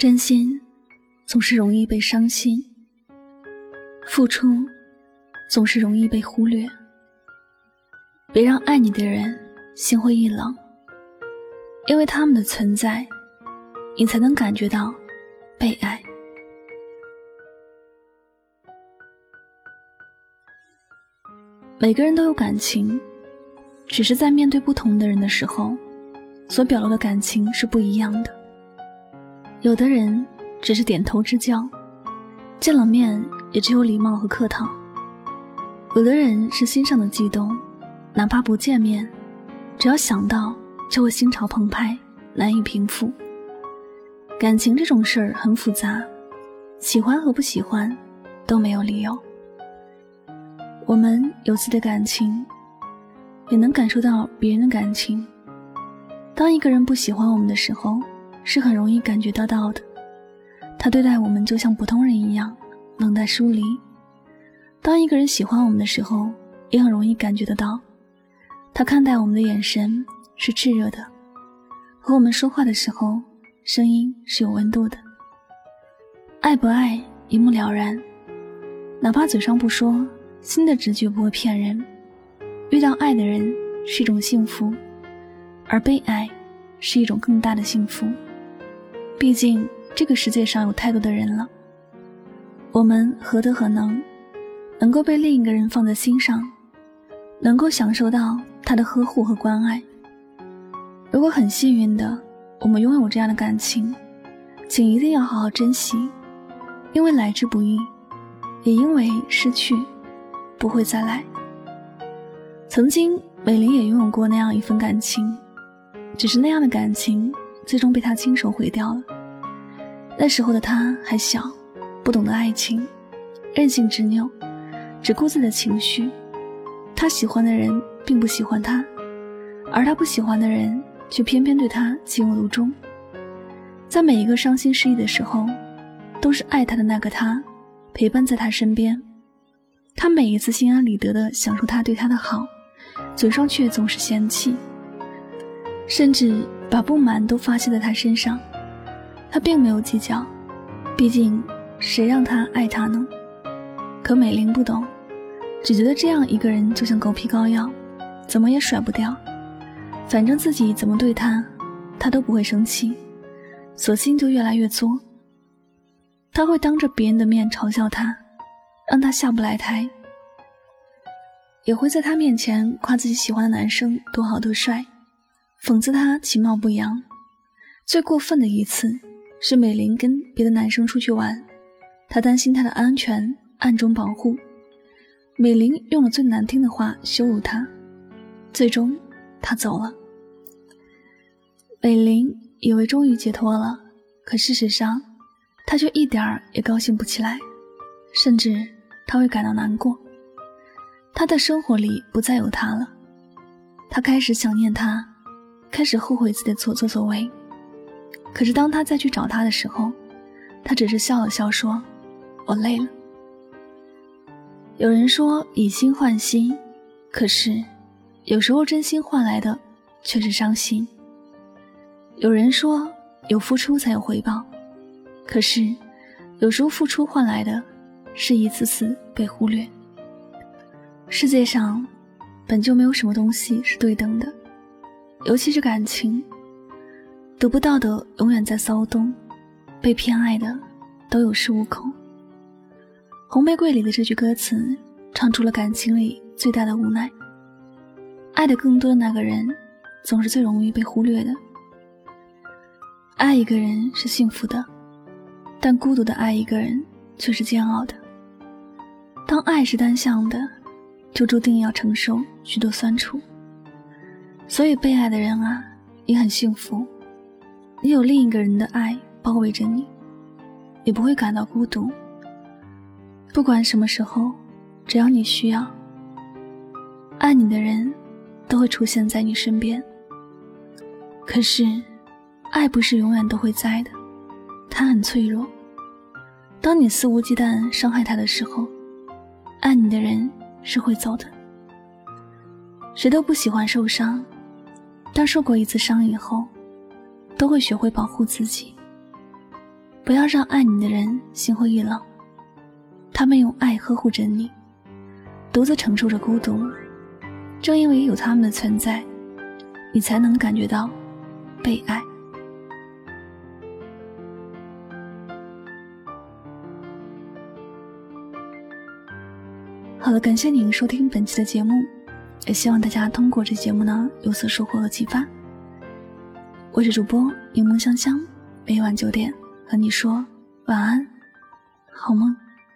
真心总是容易被伤心，付出总是容易被忽略。别让爱你的人心灰意冷，因为他们的存在，你才能感觉到被爱。每个人都有感情，只是在面对不同的人的时候，所表露的感情是不一样的。有的人只是点头之交，见了面也只有礼貌和客套；有的人是心上的悸动，哪怕不见面，只要想到就会心潮澎湃，难以平复。感情这种事儿很复杂，喜欢和不喜欢都没有理由。我们有自己的感情，也能感受到别人的感情。当一个人不喜欢我们的时候，是很容易感觉到的。他对待我们就像普通人一样，冷淡疏离。当一个人喜欢我们的时候，也很容易感觉得到，他看待我们的眼神是炽热的，和我们说话的时候，声音是有温度的。爱不爱一目了然，哪怕嘴上不说，心的直觉不会骗人。遇到爱的人是一种幸福，而被爱是一种更大的幸福。毕竟这个世界上有太多的人了，我们何德何能，能够被另一个人放在心上，能够享受到他的呵护和关爱。如果很幸运的我们拥有这样的感情，请一定要好好珍惜，因为来之不易，也因为失去不会再来。曾经美玲也拥有过那样一份感情，只是那样的感情最终被她亲手毁掉了。那时候的她还小，不懂得爱情，任性执拗，只顾自己的情绪。她喜欢的人并不喜欢她，而她不喜欢的人却偏偏对她情有独钟。在每一个伤心失意的时候，都是爱她的那个他陪伴在她身边。她每一次心安理得地享受他对她的好，嘴上却总是嫌弃，甚至把不满都发泄在他身上。他并没有计较，毕竟谁让他爱他呢？可美玲不懂，只觉得这样一个人就像狗皮膏药，怎么也甩不掉。反正自己怎么对他，他都不会生气，索性就越来越作。他会当着别人的面嘲笑他，让他下不来台，也会在他面前夸自己喜欢的男生多好多帅，讽刺他其貌不扬。最过分的一次是美玲跟别的男生出去玩，他担心他的安全，暗中保护。美玲用了最难听的话羞辱他，最终他走了。美玲以为终于解脱了，可事实上他却一点儿也高兴不起来，甚至他会感到难过。他的生活里不再有他了，他开始想念他，开始后悔自己的所作所为。可是当他再去找他的时候，他只是笑了笑说，我累了。有人说以心换心，可是有时候真心换来的却是伤心。有人说有付出才有回报，可是有时候付出换来的是一次次被忽略。世界上本就没有什么东西是对等的，尤其是感情，得不到的永远在骚动，被偏爱的都有恃无恐。红玫瑰里的这句歌词唱出了感情里最大的无奈。爱的更多的那个人总是最容易被忽略的。爱一个人是幸福的，但孤独的爱一个人却是煎熬的。当爱是单向的，就注定要承受许多酸楚。所以被爱的人啊，你很幸福，你有另一个人的爱包围着你，你不会感到孤独。不管什么时候，只要你需要，爱你的人都会出现在你身边。可是爱不是永远都会在的，它很脆弱。当你肆无忌惮伤害他的时候，爱你的人是会走的。谁都不喜欢受伤，但受过一次伤以后，都会学会保护自己。 不要让爱你的人心灰意冷，他们用爱呵护着你，独自承受着孤独。正因为有他们的存在，你才能感觉到被爱。好了，感谢您收听本期的节目，也希望大家通过这节目呢有所收获和启发。我是主播柠檬香香，每晚9点和你说晚安，好梦。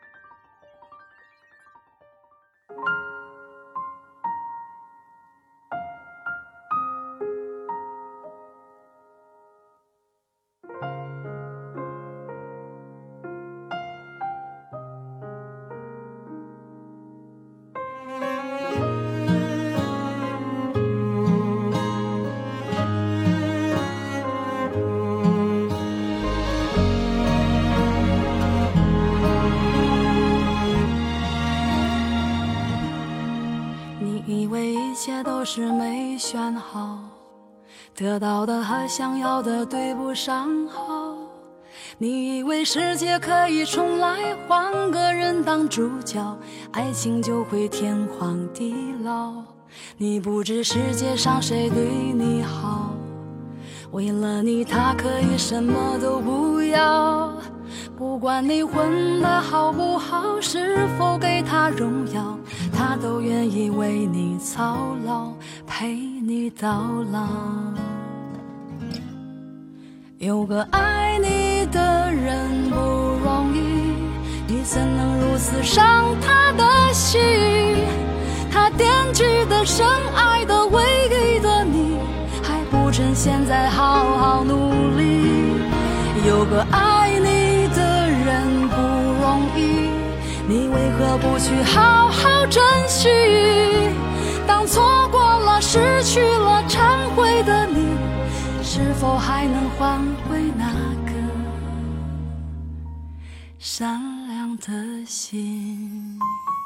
一切都是没选好，得到的和想要的对不上号。你以为世界可以重来，换个人当主角，爱情就会天荒地老。你不知世界上谁对你好，为了你他可以什么都不要。不管你混得好不好，是否给他荣耀，他都愿意为你操劳，陪你到老。有个爱你的人不容易，你怎能如此伤他的心？他惦记的深爱的唯一的你，还不趁现在好好努力。有个爱你的人不容易，你为何不去好好珍惜？当错过了失去了忏悔的你，是否还能换回那个善良的心？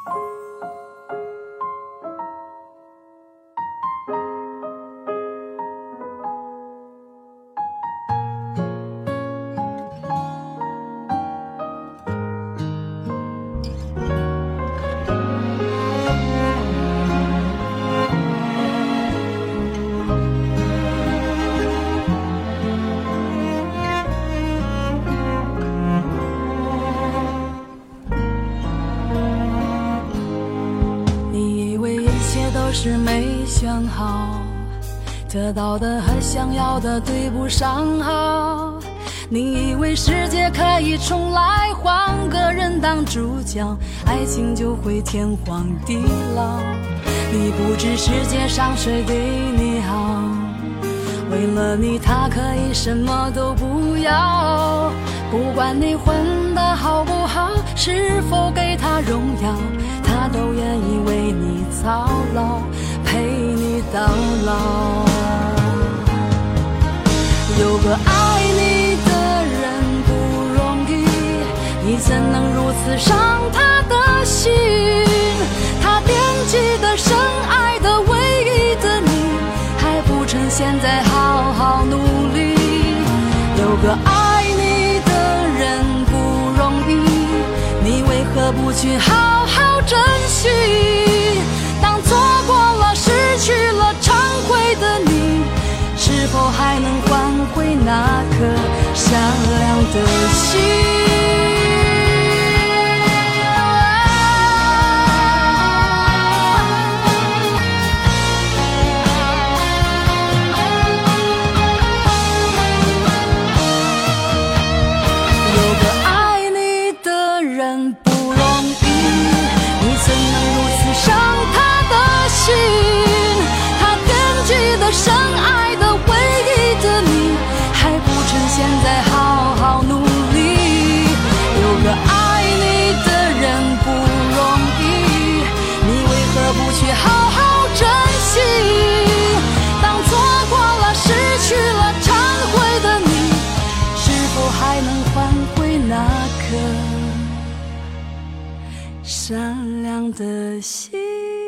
都是没选好，得到的和想要的对不上号。你以为世界可以重来，换个人当主角，爱情就会天荒地老。你不知世界上谁对你好，为了你他可以什么都不要。不管你混得好不好，是否给他荣耀，他都愿意为你操劳，陪你到老。有个爱你的人不容易，你怎能如此伤他的心？他惦记的深爱的唯一的你，还不趁现在好好努力。有个爱你的人不容易，你为何不去好好珍惜？当错过了失去了忏悔的你，是否还能换回那颗善良的心？深爱的唯一的你，还不趁现在好好努力。有个爱你的人不容易，你为何不去好好珍惜？当错过了失去了忏悔的你，是否还能换回那颗善良的心？